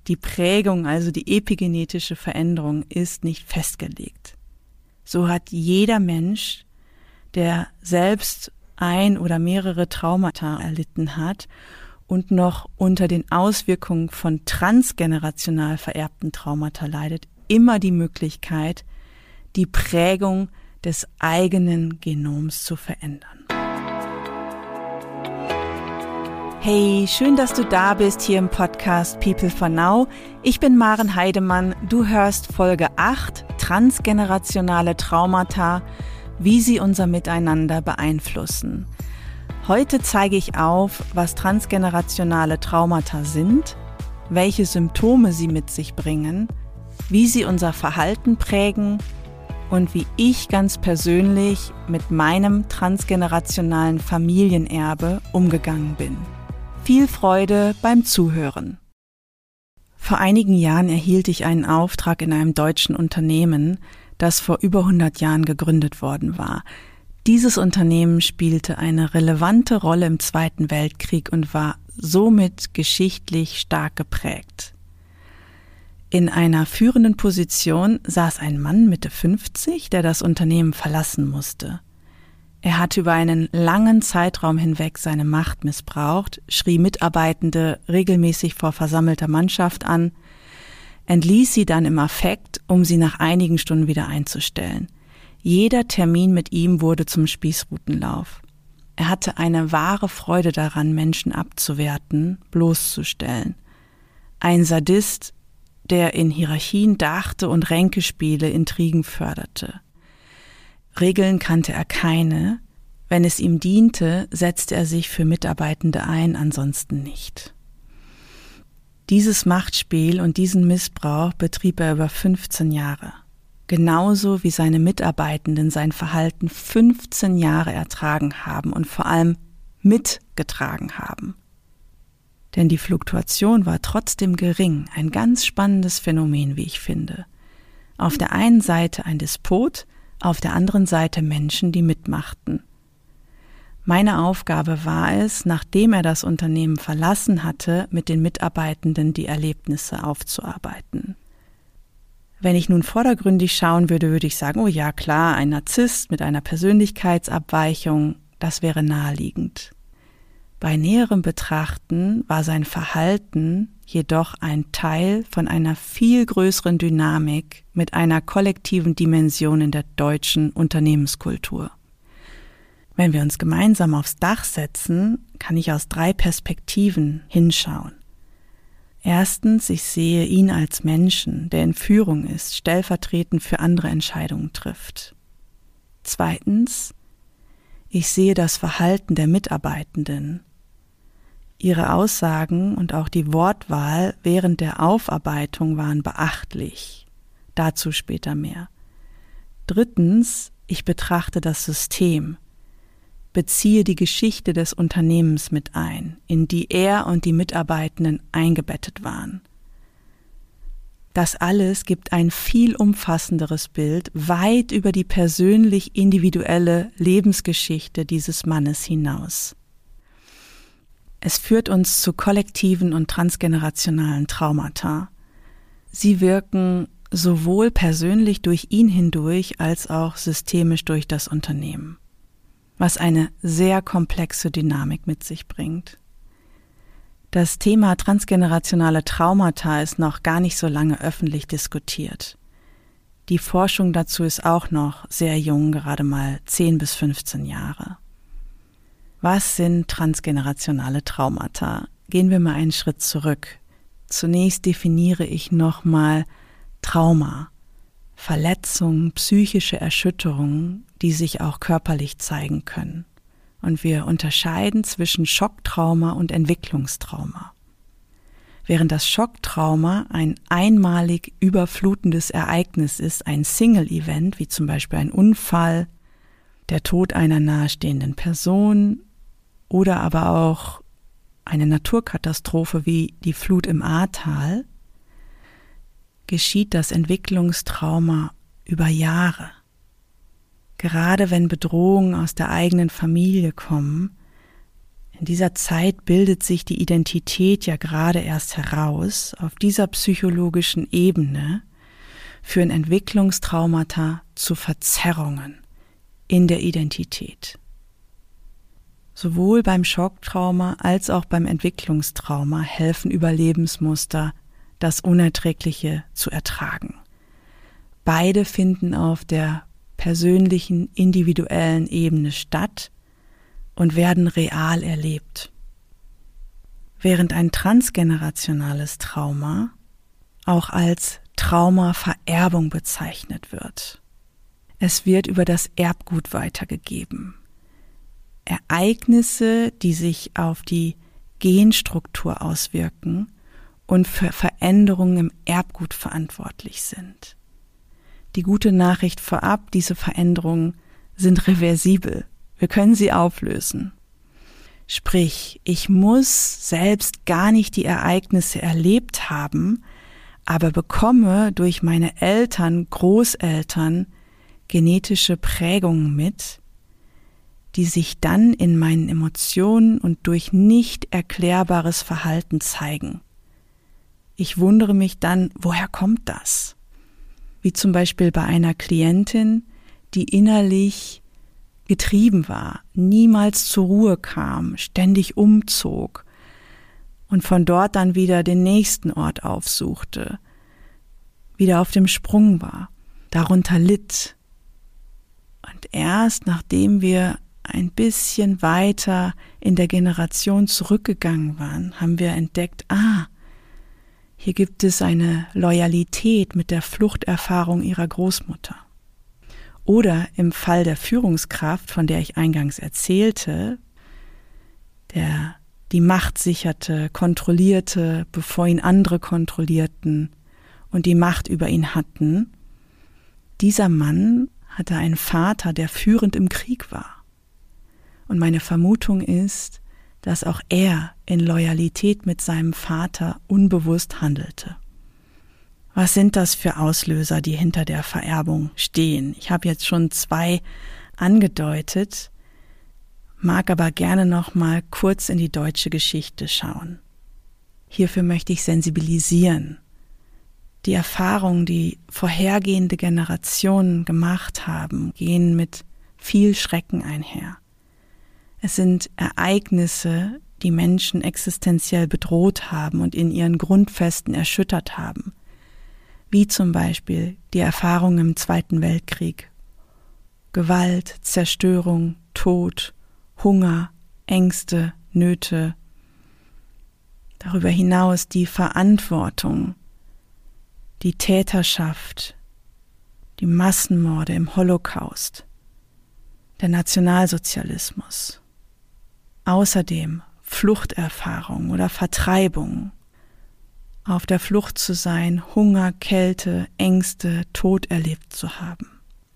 Die Prägung, also die epigenetische Veränderung, ist nicht festgelegt. So hat jeder Mensch, der selbst ein oder mehrere Traumata erlitten hat und noch unter den Auswirkungen von transgenerational vererbten Traumata leidet, immer die Möglichkeit, die Prägung des eigenen Genoms zu verändern. Hey, schön, dass du da bist hier im Podcast People for Now. Ich bin Maren Heidemann. Du hörst Folge 8, transgenerationale Traumata, wie sie unser Miteinander beeinflussen. Heute zeige ich auf, was transgenerationale Traumata sind, welche Symptome sie mit sich bringen, wie sie unser Verhalten prägen und wie ich ganz persönlich mit meinem transgenerationalen Familienerbe umgegangen bin. Viel Freude beim Zuhören. Vor einigen Jahren erhielt ich einen Auftrag in einem deutschen Unternehmen, das vor über 100 Jahren gegründet worden war. Dieses Unternehmen spielte eine relevante Rolle im Zweiten Weltkrieg und war somit geschichtlich stark geprägt. In einer führenden Position saß ein Mann Mitte 50, der das Unternehmen verlassen musste. Er hatte über einen langen Zeitraum hinweg seine Macht missbraucht, schrie Mitarbeitende regelmäßig vor versammelter Mannschaft an, entließ sie dann im Affekt, um sie nach einigen Stunden wieder einzustellen. Jeder Termin mit ihm wurde zum Spießrutenlauf. Er hatte eine wahre Freude daran, Menschen abzuwerten, bloßzustellen. Ein Sadist, der in Hierarchien dachte und Ränkespiele, Intrigen förderte. Regeln kannte er keine. Wenn es ihm diente, setzte er sich für Mitarbeitende ein, ansonsten nicht. Dieses Machtspiel und diesen Missbrauch betrieb er über 15 Jahre. Genauso wie seine Mitarbeitenden sein Verhalten 15 Jahre ertragen haben und vor allem mitgetragen haben. Denn die Fluktuation war trotzdem gering, ein ganz spannendes Phänomen, wie ich finde. Auf der einen Seite ein Despot, auf der anderen Seite Menschen, die mitmachten. Meine Aufgabe war es, nachdem er das Unternehmen verlassen hatte, mit den Mitarbeitenden die Erlebnisse aufzuarbeiten. Wenn ich nun vordergründig schauen würde, würde ich sagen, oh ja klar, ein Narzisst mit einer Persönlichkeitsabweichung, das wäre naheliegend. Bei näherem Betrachten war sein Verhalten jedoch ein Teil von einer viel größeren Dynamik mit einer kollektiven Dimension in der deutschen Unternehmenskultur. Wenn wir uns gemeinsam aufs Dach setzen, kann ich aus 3 Perspektiven hinschauen. Erstens, ich sehe ihn als Menschen, der in Führung ist, stellvertretend für andere Entscheidungen trifft. Zweitens, ich sehe das Verhalten der Mitarbeitenden. Ihre Aussagen und auch die Wortwahl während der Aufarbeitung waren beachtlich. Dazu später mehr. Drittens, ich betrachte das System, beziehe die Geschichte des Unternehmens mit ein, in die er und die Mitarbeitenden eingebettet waren. Das alles gibt ein viel umfassenderes Bild, weit über die persönlich individuelle Lebensgeschichte dieses Mannes hinaus. Es führt uns zu kollektiven und transgenerationalen Traumata. Sie wirken sowohl persönlich durch ihn hindurch als auch systemisch durch das Unternehmen, was eine sehr komplexe Dynamik mit sich bringt. Das Thema transgenerationale Traumata ist noch gar nicht so lange öffentlich diskutiert. Die Forschung dazu ist auch noch sehr jung, gerade mal 10 bis 15 Jahre. Was sind transgenerationale Traumata? Gehen wir mal einen Schritt zurück. Zunächst definiere ich nochmal Trauma, Verletzungen, psychische Erschütterungen, die sich auch körperlich zeigen können. Und wir unterscheiden zwischen Schocktrauma und Entwicklungstrauma. Während das Schocktrauma ein einmalig überflutendes Ereignis ist, ein Single-Event, wie zum Beispiel ein Unfall, der Tod einer nahestehenden Person oder aber auch eine Naturkatastrophe wie die Flut im Ahrtal, geschieht das Entwicklungstrauma über Jahre. Gerade wenn Bedrohungen aus der eigenen Familie kommen, In dieser Zeit bildet sich die Identität ja gerade erst heraus. Auf dieser psychologischen Ebene führen Entwicklungstraumata zu Verzerrungen in der Identität. Sowohl beim Schocktrauma als auch beim Entwicklungstrauma helfen Überlebensmuster, das Unerträgliche zu ertragen. Beide finden auf der persönlichen, individuellen Ebene statt und werden real erlebt. Während ein transgenerationales Trauma auch als Traumavererbung bezeichnet wird. Es wird über das Erbgut weitergegeben. Ereignisse, die sich auf die Genstruktur auswirken und für Veränderungen im Erbgut verantwortlich sind. Die gute Nachricht vorab, diese Veränderungen sind reversibel. Wir können sie auflösen. Sprich, ich muss selbst gar nicht die Ereignisse erlebt haben, aber bekomme durch meine Eltern, Großeltern genetische Prägungen mit, die sich dann in meinen Emotionen und durch nicht erklärbares Verhalten zeigen. Ich wundere mich dann, woher kommt das? Wie zum Beispiel bei einer Klientin, die innerlich getrieben war, niemals zur Ruhe kam, ständig umzog und von dort dann wieder den nächsten Ort aufsuchte, wieder auf dem Sprung war, darunter litt. Und erst nachdem wir ein bisschen weiter in der Generation zurückgegangen waren, haben wir entdeckt, hier gibt es eine Loyalität mit der Fluchterfahrung ihrer Großmutter. Oder im Fall der Führungskraft, von der ich eingangs erzählte, der die Macht sicherte, kontrollierte, bevor ihn andere kontrollierten und die Macht über ihn hatten, dieser Mann hatte einen Vater, der führend im Krieg war. Und meine Vermutung ist, dass auch er in Loyalität mit seinem Vater unbewusst handelte. Was sind das für Auslöser, die hinter der Vererbung stehen? Ich habe jetzt schon 2 angedeutet, mag aber gerne noch mal kurz in die deutsche Geschichte schauen. Hierfür möchte ich sensibilisieren. Die Erfahrungen, die vorhergehende Generationen gemacht haben, gehen mit viel Schrecken einher. Es sind Ereignisse, die Menschen existenziell bedroht haben und in ihren Grundfesten erschüttert haben, wie zum Beispiel die Erfahrung im Zweiten Weltkrieg. Gewalt, Zerstörung, Tod, Hunger, Ängste, Nöte. Darüber hinaus die Verantwortung, die Täterschaft, die Massenmorde im Holocaust, der Nationalsozialismus. Außerdem Fluchterfahrung oder Vertreibung, auf der Flucht zu sein, Hunger, Kälte, Ängste, Tod erlebt zu haben.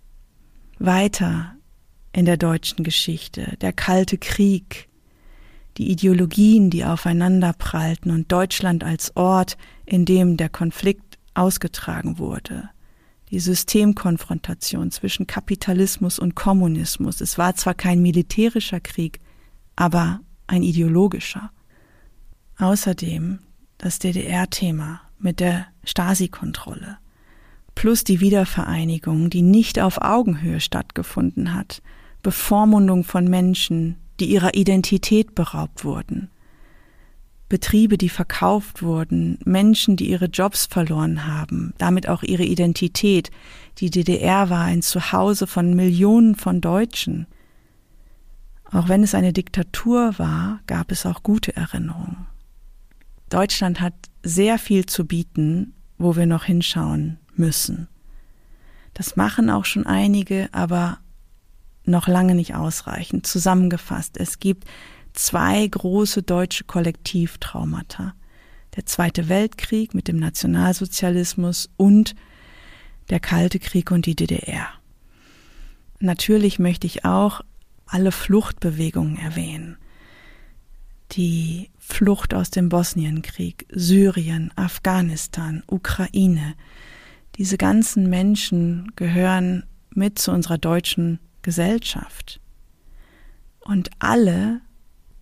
Weiter in der deutschen Geschichte, der Kalte Krieg, die Ideologien, die aufeinander prallten und Deutschland als Ort, in dem der Konflikt ausgetragen wurde. Die Systemkonfrontation zwischen Kapitalismus und Kommunismus. Es war zwar kein militärischer Krieg, aber ein ideologischer. Außerdem das DDR-Thema mit der Stasi-Kontrolle. Plus die Wiedervereinigung, die nicht auf Augenhöhe stattgefunden hat. Bevormundung von Menschen, die ihrer Identität beraubt wurden. Betriebe, die verkauft wurden, Menschen, die ihre Jobs verloren haben, damit auch ihre Identität. Die DDR war ein Zuhause von Millionen von Deutschen. Auch wenn es eine Diktatur war, gab es auch gute Erinnerungen. Deutschland hat sehr viel zu bieten, wo wir noch hinschauen müssen. Das machen auch schon einige, aber noch lange nicht ausreichend. Zusammengefasst, es gibt 2 große deutsche Kollektivtraumata. Der Zweite Weltkrieg mit dem Nationalsozialismus und der Kalte Krieg und die DDR. Natürlich möchte ich auch alle Fluchtbewegungen erwähnen. Die Flucht aus dem Bosnienkrieg, Syrien, Afghanistan, Ukraine. Diese ganzen Menschen gehören mit zu unserer deutschen Gesellschaft. Und alle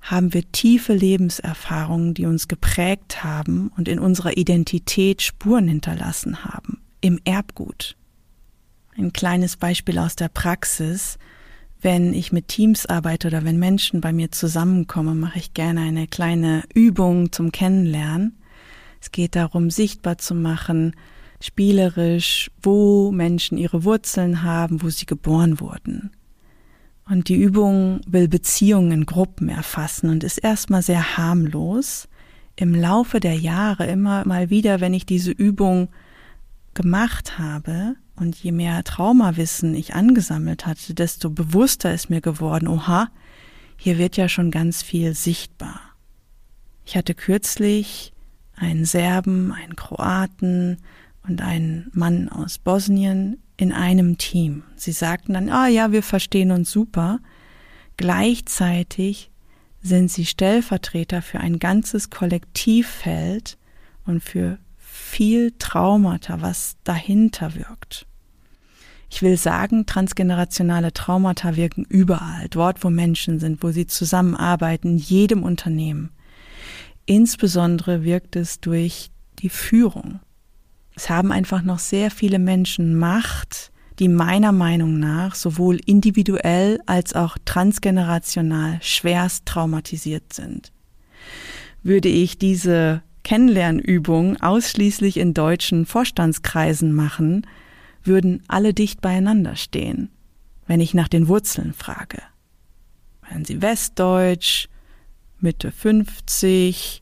haben wir tiefe Lebenserfahrungen, die uns geprägt haben und in unserer Identität Spuren hinterlassen haben, im Erbgut. Ein kleines Beispiel aus der Praxis: Wenn ich mit Teams arbeite oder wenn Menschen bei mir zusammenkommen, mache ich gerne eine kleine Übung zum Kennenlernen. Es geht darum, sichtbar zu machen, spielerisch, wo Menschen ihre Wurzeln haben, wo sie geboren wurden. Und die Übung will Beziehungen in Gruppen erfassen und ist erstmal sehr harmlos. Im Laufe der Jahre immer mal wieder, wenn ich diese Übung gemacht habe und je mehr Traumawissen ich angesammelt hatte, desto bewusster ist mir geworden, oha, hier wird ja schon ganz viel sichtbar. Ich hatte kürzlich einen Serben, einen Kroaten und einen Mann aus Bosnien in einem Team. Sie sagten dann, ja, wir verstehen uns super. Gleichzeitig sind sie Stellvertreter für ein ganzes Kollektivfeld und für viel Traumata, was dahinter wirkt. Ich will sagen, transgenerationale Traumata wirken überall, dort wo Menschen sind, wo sie zusammenarbeiten, in jedem Unternehmen. Insbesondere wirkt es durch die Führung. Es haben einfach noch sehr viele Menschen Macht, die meiner Meinung nach sowohl individuell als auch transgenerational schwerst traumatisiert sind. Würde ich diese Kennenlernübung ausschließlich in deutschen Vorstandskreisen machen, würden alle dicht beieinander stehen, wenn ich nach den Wurzeln frage. Wären sie westdeutsch, Mitte 50,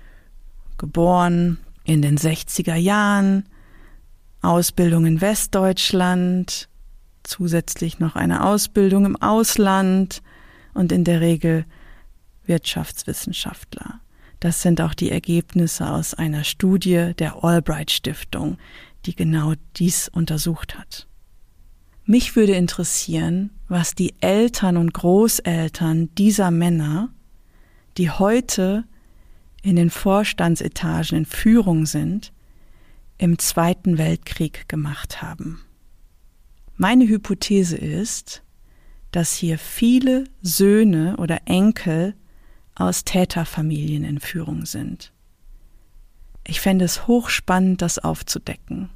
geboren in den 60er Jahren, Ausbildung in Westdeutschland, zusätzlich noch eine Ausbildung im Ausland und in der Regel Wirtschaftswissenschaftler. Das sind auch die Ergebnisse aus einer Studie der Albright Stiftung, die genau dies untersucht hat. Mich würde interessieren, was die Eltern und Großeltern dieser Männer, die heute in den Vorstandsetagen in Führung sind, im Zweiten Weltkrieg gemacht haben. Meine Hypothese ist, dass hier viele Söhne oder Enkel aus Täterfamilien in Führung sind. Ich fände es hochspannend, das aufzudecken.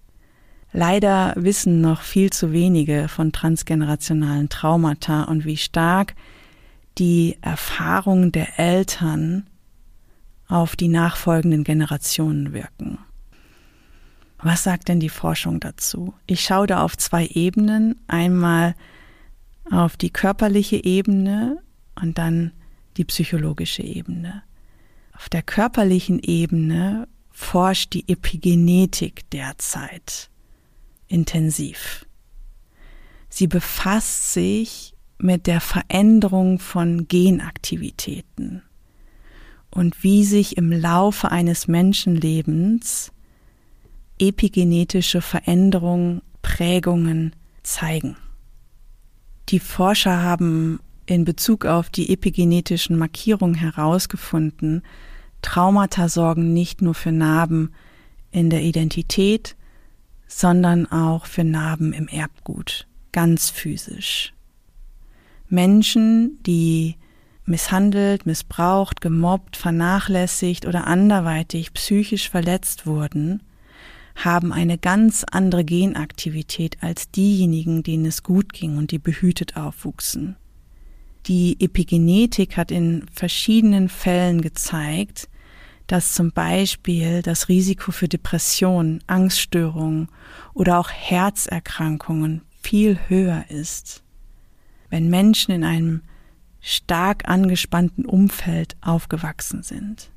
Leider wissen noch viel zu wenige von transgenerationalen Traumata und wie stark die Erfahrungen der Eltern auf die nachfolgenden Generationen wirken. Was sagt denn die Forschung dazu? Ich schaue da auf 2 Ebenen. Einmal auf die körperliche Ebene und dann die psychologische Ebene. Auf der körperlichen Ebene forscht die Epigenetik derzeit intensiv. Sie befasst sich mit der Veränderung von Genaktivitäten und wie sich im Laufe eines Menschenlebens epigenetische Veränderungen, Prägungen zeigen. Die Forscher haben in Bezug auf die epigenetischen Markierungen herausgefunden, Traumata sorgen nicht nur für Narben in der Identität, sondern auch für Narben im Erbgut, ganz physisch. Menschen, die misshandelt, missbraucht, gemobbt, vernachlässigt oder anderweitig psychisch verletzt wurden, haben eine ganz andere Genaktivität als diejenigen, denen es gut ging und die behütet aufwuchsen. Die Epigenetik hat in verschiedenen Fällen gezeigt, dass zum Beispiel das Risiko für Depressionen, Angststörungen oder auch Herzerkrankungen viel höher ist, wenn Menschen in einem stark angespannten Umfeld aufgewachsen sind.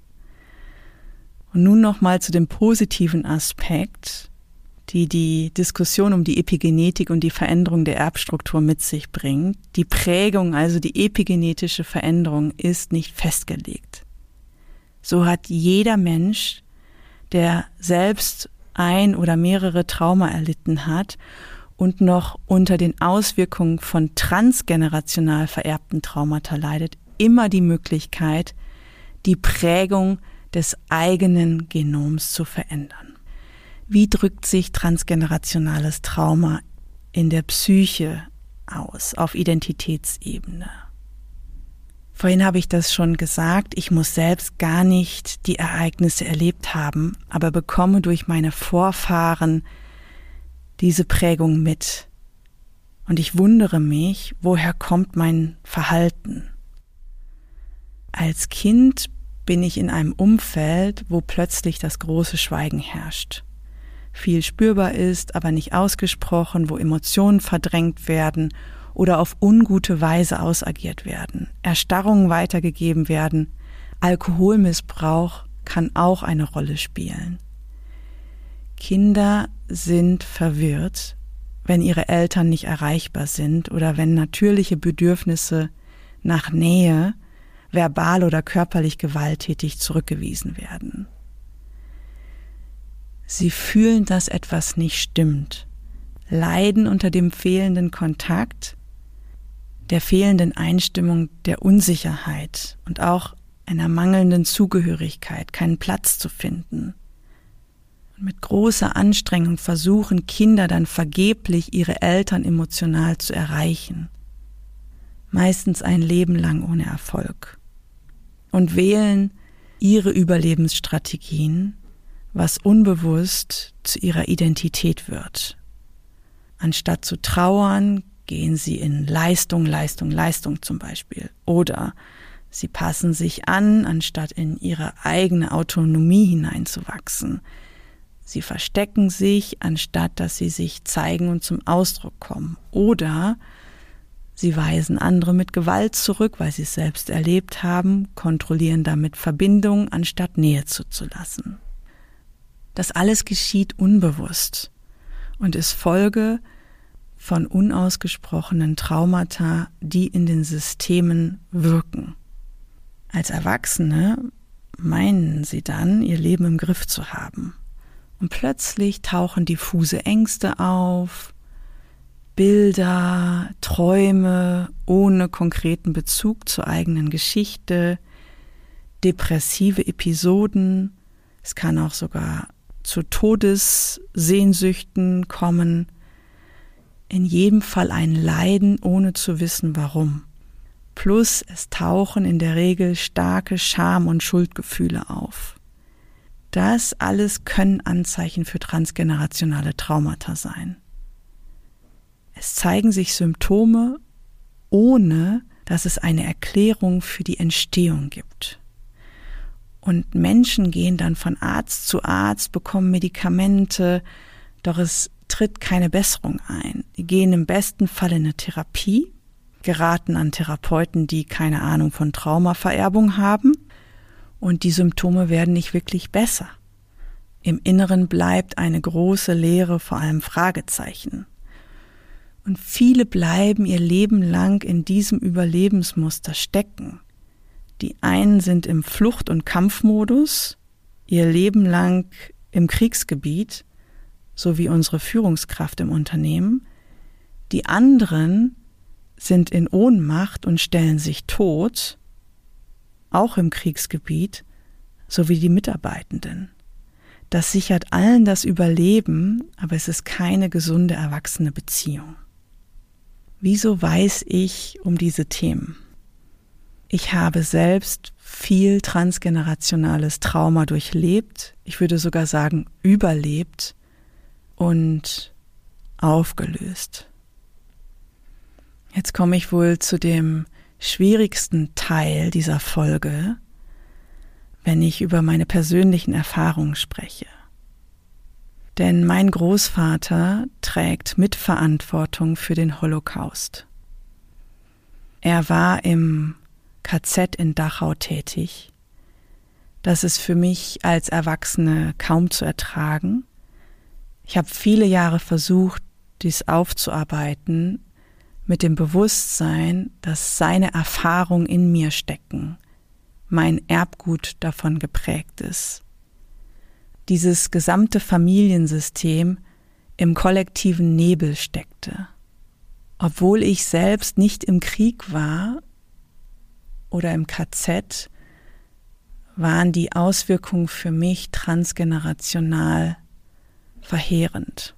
Und nun nochmal zu dem positiven Aspekt, die Diskussion um die Epigenetik und die Veränderung der Erbstruktur mit sich bringt. Die Prägung, also die epigenetische Veränderung, ist nicht festgelegt. So hat jeder Mensch, der selbst ein oder mehrere Trauma erlitten hat und noch unter den Auswirkungen von transgenerational vererbten Traumata leidet, immer die Möglichkeit, die Prägung des eigenen Genoms zu verändern. Wie drückt sich transgenerationales Trauma in der Psyche aus, auf Identitätsebene? Vorhin habe ich das schon gesagt, ich muss selbst gar nicht die Ereignisse erlebt haben, aber bekomme durch meine Vorfahren diese Prägung mit. Und ich wundere mich, woher kommt mein Verhalten? Als Kind bin ich in einem Umfeld, wo plötzlich das große Schweigen herrscht. Viel spürbar ist, aber nicht ausgesprochen, wo Emotionen verdrängt werden oder auf ungute Weise ausagiert werden, Erstarrungen weitergegeben werden, Alkoholmissbrauch kann auch eine Rolle spielen. Kinder sind verwirrt, wenn ihre Eltern nicht erreichbar sind oder wenn natürliche Bedürfnisse nach Nähe verbal oder körperlich gewalttätig zurückgewiesen werden. Sie fühlen, dass etwas nicht stimmt, leiden unter dem fehlenden Kontakt, der fehlenden Einstimmung, der Unsicherheit und auch einer mangelnden Zugehörigkeit, keinen Platz zu finden. Und mit großer Anstrengung versuchen Kinder dann vergeblich, ihre Eltern emotional zu erreichen. Meistens ein Leben lang ohne Erfolg. Und wählen ihre Überlebensstrategien, was unbewusst zu ihrer Identität wird. Anstatt zu trauern, gehen sie in Leistung zum Beispiel. Oder sie passen sich an, anstatt in ihre eigene Autonomie hineinzuwachsen. Sie verstecken sich, anstatt dass sie sich zeigen und zum Ausdruck kommen. Oder sie weisen andere mit Gewalt zurück, weil sie es selbst erlebt haben, kontrollieren damit Verbindung, anstatt Nähe zuzulassen. Das alles geschieht unbewusst und ist Folge von unausgesprochenen Traumata, die in den Systemen wirken. Als Erwachsene meinen sie dann, ihr Leben im Griff zu haben. Und plötzlich tauchen diffuse Ängste auf, Bilder, Träume ohne konkreten Bezug zur eigenen Geschichte, depressive Episoden, es kann auch sogar zu Todessehnsüchten kommen, in jedem Fall ein Leiden, ohne zu wissen warum. Plus es tauchen in der Regel starke Scham- und Schuldgefühle auf. Das alles können Anzeichen für transgenerationale Traumata sein. Es zeigen sich Symptome, ohne dass es eine Erklärung für die Entstehung gibt. Und Menschen gehen dann von Arzt zu Arzt, bekommen Medikamente, doch es tritt keine Besserung ein. Die gehen im besten Fall in eine Therapie, geraten an Therapeuten, die keine Ahnung von Traumavererbung haben, und die Symptome werden nicht wirklich besser. Im Inneren bleibt eine große Leere, vor allem Fragezeichen. Und viele bleiben ihr Leben lang in diesem Überlebensmuster stecken. Die einen sind im Flucht- und Kampfmodus, ihr Leben lang im Kriegsgebiet, so wie unsere Führungskraft im Unternehmen. Die anderen sind in Ohnmacht und stellen sich tot, auch im Kriegsgebiet, so wie die Mitarbeitenden. Das sichert allen das Überleben, aber es ist keine gesunde erwachsene Beziehung. Wieso weiß ich um diese Themen? Ich habe selbst viel transgenerationales Trauma durchlebt, ich würde sogar sagen überlebt und aufgelöst. Jetzt komme ich wohl zu dem schwierigsten Teil dieser Folge, wenn ich über meine persönlichen Erfahrungen spreche. Denn mein Großvater trägt Mitverantwortung für den Holocaust. Er war im KZ in Dachau tätig. Das ist für mich als Erwachsene kaum zu ertragen. Ich habe viele Jahre versucht, dies aufzuarbeiten, mit dem Bewusstsein, dass seine Erfahrungen in mir stecken, mein Erbgut davon geprägt ist. Dieses gesamte Familiensystem im kollektiven Nebel steckte. Obwohl ich selbst nicht im Krieg war oder im KZ, waren die Auswirkungen für mich transgenerational verheerend.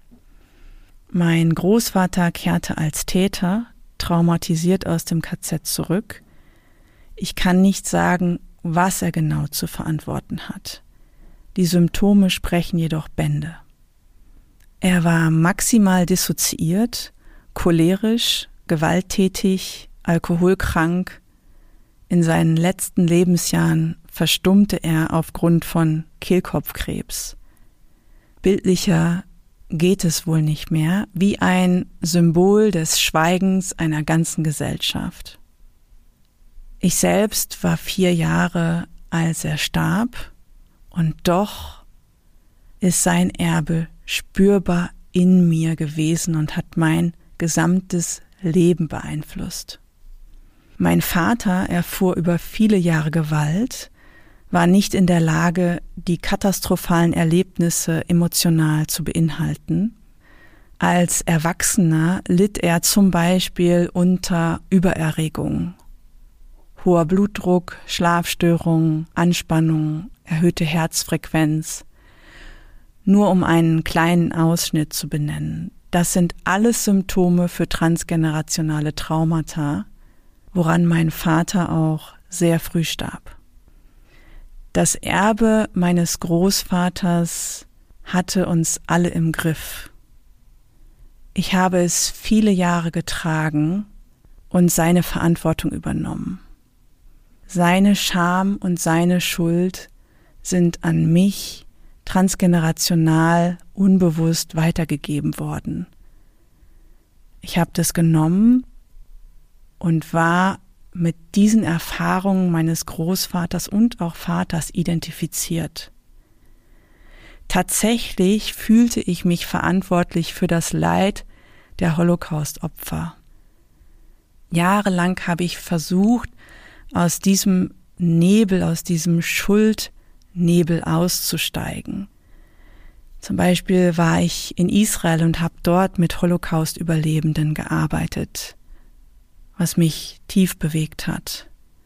Mein Großvater kehrte als Täter traumatisiert aus dem KZ zurück. Ich kann nicht sagen, was er genau zu verantworten hat. Die Symptome sprechen jedoch Bände. Er war maximal dissoziiert, cholerisch, gewalttätig, alkoholkrank. In seinen letzten Lebensjahren verstummte er aufgrund von Kehlkopfkrebs. Bildlicher geht es wohl nicht mehr, wie ein Symbol des Schweigens einer ganzen Gesellschaft. Ich selbst war 4 Jahre, als er starb, und doch ist sein Erbe spürbar in mir gewesen und hat mein gesamtes Leben beeinflusst. Mein Vater erfuhr über viele Jahre Gewalt, war nicht in der Lage, die katastrophalen Erlebnisse emotional zu beinhalten. Als Erwachsener litt er zum Beispiel unter Übererregung, hoher Blutdruck, Schlafstörungen, Anspannung, erhöhte Herzfrequenz. Nur um einen kleinen Ausschnitt zu benennen. Das sind alles Symptome für transgenerationale Traumata, woran mein Vater auch sehr früh starb. Das Erbe meines Großvaters hatte uns alle im Griff. Ich habe es viele Jahre getragen und seine Verantwortung übernommen. Seine Scham und seine Schuld sind an mich transgenerational unbewusst weitergegeben worden. Ich habe das genommen und war mit diesen Erfahrungen meines Großvaters und auch Vaters identifiziert. Tatsächlich fühlte ich mich verantwortlich für das Leid der Holocaust-Opfer. Jahrelang habe ich versucht, aus diesem Nebel, aus diesem Schuldnebel auszusteigen. Zum Beispiel war ich in Israel und habe dort mit Holocaust-Überlebenden gearbeitet, was mich tief bewegt hat.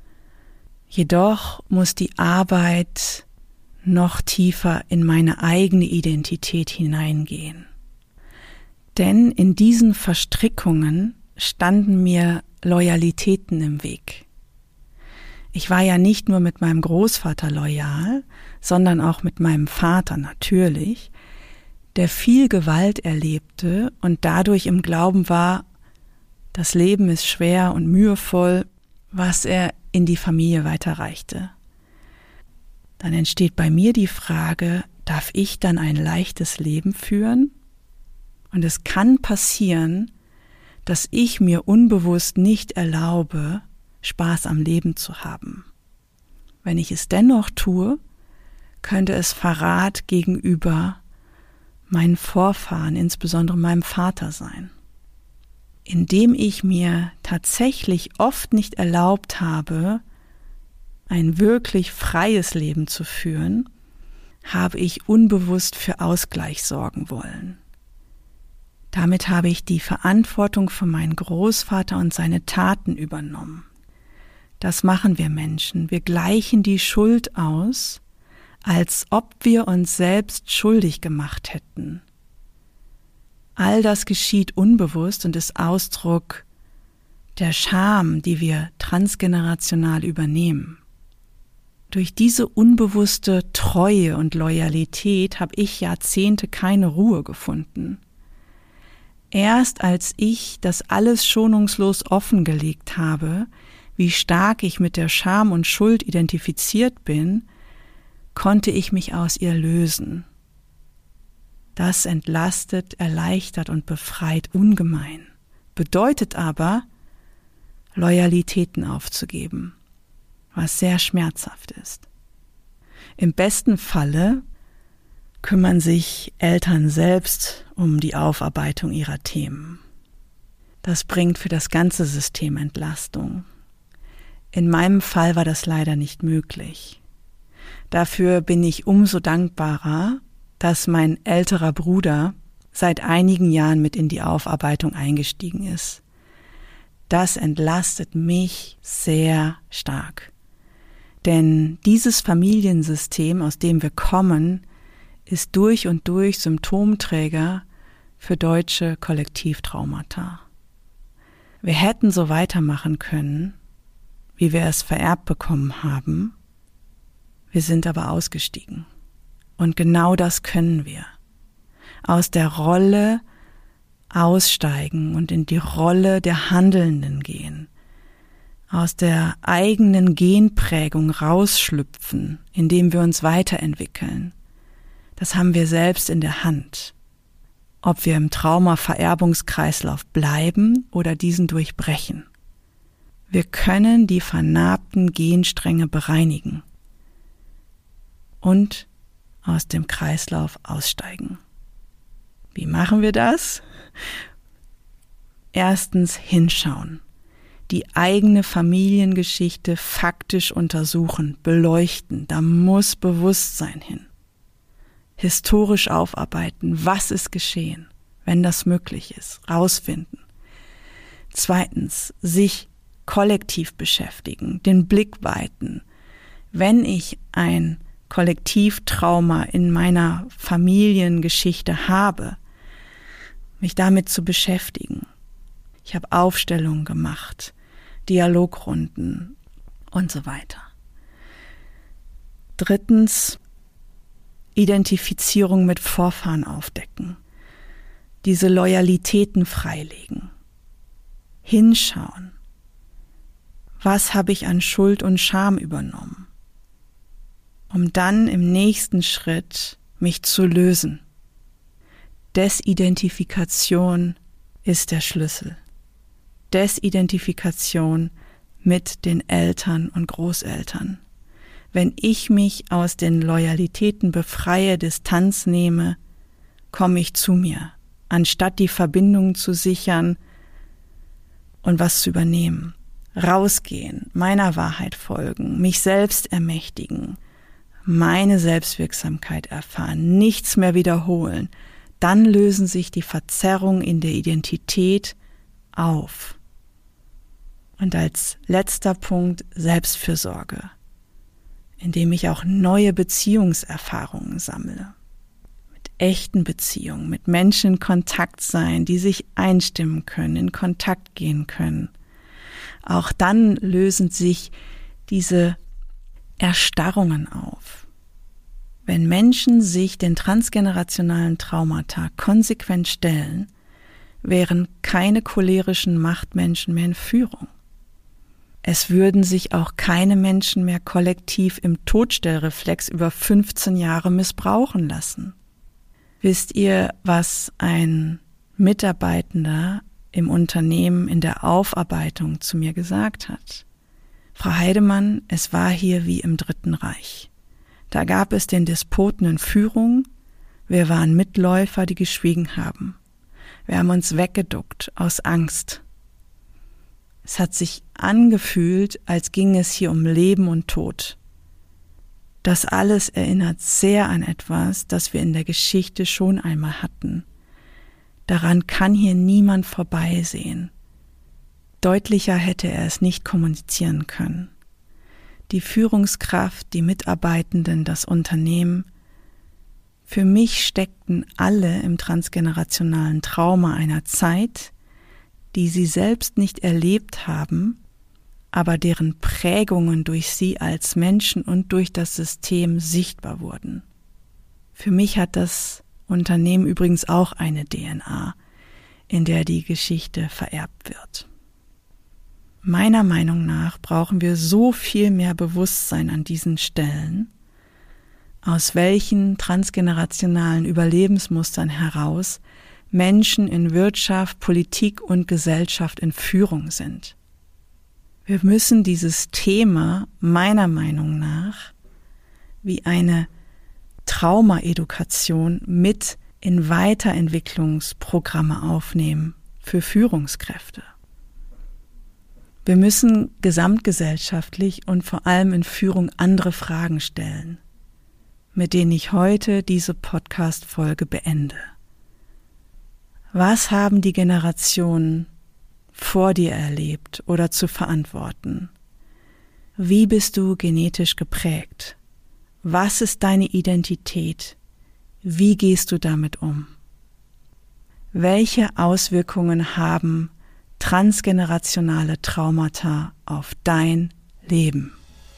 Jedoch muss die Arbeit noch tiefer in meine eigene Identität hineingehen. Denn in diesen Verstrickungen standen mir Loyalitäten im Weg. Ich war ja nicht nur mit meinem Großvater loyal, sondern auch mit meinem Vater natürlich, der viel Gewalt erlebte und dadurch im Glauben war, das Leben ist schwer und mühevoll, was er in die Familie weiterreichte. Dann entsteht bei mir die Frage, darf ich dann ein leichtes Leben führen? Und es kann passieren, dass ich mir unbewusst nicht erlaube, Spaß am Leben zu haben. Wenn ich es dennoch tue, könnte es Verrat gegenüber meinen Vorfahren, insbesondere meinem Vater sein. Indem ich mir tatsächlich oft nicht erlaubt habe, ein wirklich freies Leben zu führen, habe ich unbewusst für Ausgleich sorgen wollen. Damit habe ich die Verantwortung für meinen Großvater und seine Taten übernommen. Das machen wir Menschen. Wir gleichen die Schuld aus, als ob wir uns selbst schuldig gemacht hätten. All das geschieht unbewusst und ist Ausdruck der Scham, die wir transgenerational übernehmen. Durch diese unbewusste Treue und Loyalität habe ich Jahrzehnte keine Ruhe gefunden. Erst als ich das alles schonungslos offengelegt habe, wie stark ich mit der Scham und Schuld identifiziert bin, konnte ich mich aus ihr lösen. Das entlastet, erleichtert und befreit ungemein, bedeutet aber, Loyalitäten aufzugeben, was sehr schmerzhaft ist. Im besten Falle kümmern sich Eltern selbst um die Aufarbeitung ihrer Themen. Das bringt für das ganze System Entlastung. In meinem Fall war das leider nicht möglich. Dafür bin ich umso dankbarer, dass mein älterer Bruder seit einigen Jahren mit in die Aufarbeitung eingestiegen ist. Das entlastet mich sehr stark. Denn dieses Familiensystem, aus dem wir kommen, ist durch und durch Symptomträger für deutsche Kollektivtraumata. Wir hätten so weitermachen können, wie wir es vererbt bekommen haben. Wir sind aber ausgestiegen. Und genau das können wir. Aus der Rolle aussteigen und in die Rolle der Handelnden gehen. Aus der eigenen Genprägung rausschlüpfen, indem wir uns weiterentwickeln. Das haben wir selbst in der Hand. Ob wir im Trauma-Vererbungskreislauf bleiben oder diesen durchbrechen. Wir können die vernarbten Genstränge bereinigen und aus dem Kreislauf aussteigen. Wie machen wir das? Erstens hinschauen, die eigene Familiengeschichte faktisch untersuchen, beleuchten, da muss Bewusstsein hin. Historisch aufarbeiten, was ist geschehen, wenn das möglich ist, rausfinden. Zweitens, sich kollektiv beschäftigen, den Blick weiten. Wenn ich ein Kollektivtrauma in meiner Familiengeschichte habe, mich damit zu beschäftigen. Ich habe Aufstellungen gemacht, Dialogrunden und so weiter. Drittens, Identifizierung mit Vorfahren aufdecken, diese Loyalitäten freilegen, hinschauen. Was habe ich an Schuld und Scham übernommen? Um dann im nächsten Schritt mich zu lösen. Desidentifikation ist der Schlüssel. Desidentifikation mit den Eltern und Großeltern. Wenn ich mich aus den Loyalitäten befreie, Distanz nehme, komme ich zu mir, anstatt die Verbindung zu sichern und was zu übernehmen. Rausgehen, meiner Wahrheit folgen, mich selbst ermächtigen, meine Selbstwirksamkeit erfahren, nichts mehr wiederholen, dann lösen sich die Verzerrungen in der Identität auf. Und als letzter Punkt Selbstfürsorge, indem ich auch neue Beziehungserfahrungen sammle. Mit echten Beziehungen, mit Menschen in Kontakt sein, die sich einstimmen können, in Kontakt gehen können. Auch dann lösen sich diese Erstarrungen auf. Wenn Menschen sich den transgenerationalen Traumata konsequent stellen, wären keine cholerischen Machtmenschen mehr in Führung. Es würden sich auch keine Menschen mehr kollektiv im Todstellreflex über 15 Jahre missbrauchen lassen. Wisst ihr, was ein Mitarbeitender im Unternehmen in der Aufarbeitung zu mir gesagt hat? Frau Heidemann, es war hier wie im Dritten Reich. Da gab es den Despoten in Führung, wir waren Mitläufer, die geschwiegen haben. Wir haben uns weggeduckt aus Angst. Es hat sich angefühlt, als ging es hier um Leben und Tod. Das alles erinnert sehr an etwas, das wir in der Geschichte schon einmal hatten. Daran kann hier niemand vorbeisehen. Deutlicher hätte er es nicht kommunizieren können. Die Führungskraft, die Mitarbeitenden, das Unternehmen. Für mich steckten alle im transgenerationalen Trauma einer Zeit, die sie selbst nicht erlebt haben, aber deren Prägungen durch sie als Menschen und durch das System sichtbar wurden. Für mich hat das Unternehmen übrigens auch eine DNA, in der die Geschichte vererbt wird. Meiner Meinung nach brauchen wir so viel mehr Bewusstsein an diesen Stellen, aus welchen transgenerationalen Überlebensmustern heraus Menschen in Wirtschaft, Politik und Gesellschaft in Führung sind. Wir müssen dieses Thema meiner Meinung nach wie eine Traumaedukation mit in Weiterentwicklungsprogramme aufnehmen für Führungskräfte. Wir müssen gesamtgesellschaftlich und vor allem in Führung andere Fragen stellen, mit denen ich heute diese Podcast-Folge beende. Was haben die Generationen vor dir erlebt oder zu verantworten? Wie bist du genetisch geprägt? Was ist deine Identität? Wie gehst du damit um? Welche Auswirkungen haben transgenerationale Traumata auf dein leben.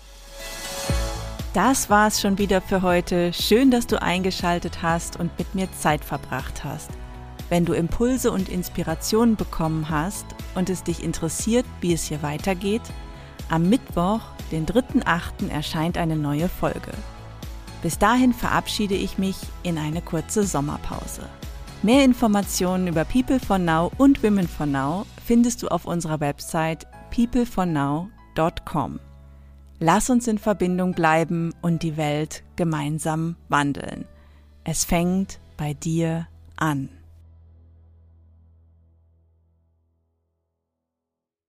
Das war's schon wieder für heute. Schön, dass du eingeschaltet hast und mit mir Zeit verbracht hast. Wenn du Impulse und Inspirationen bekommen hast und es dich interessiert, wie es hier weitergeht, am Mittwoch, den 3.8. erscheint eine neue Folge. Bis dahin verabschiede ich mich in eine kurze Sommerpause. Mehr Informationen über People for Now und Women for Now findest du auf unserer Website peoplefornow.com. Lass uns in Verbindung bleiben und die Welt gemeinsam wandeln. Es fängt bei dir an.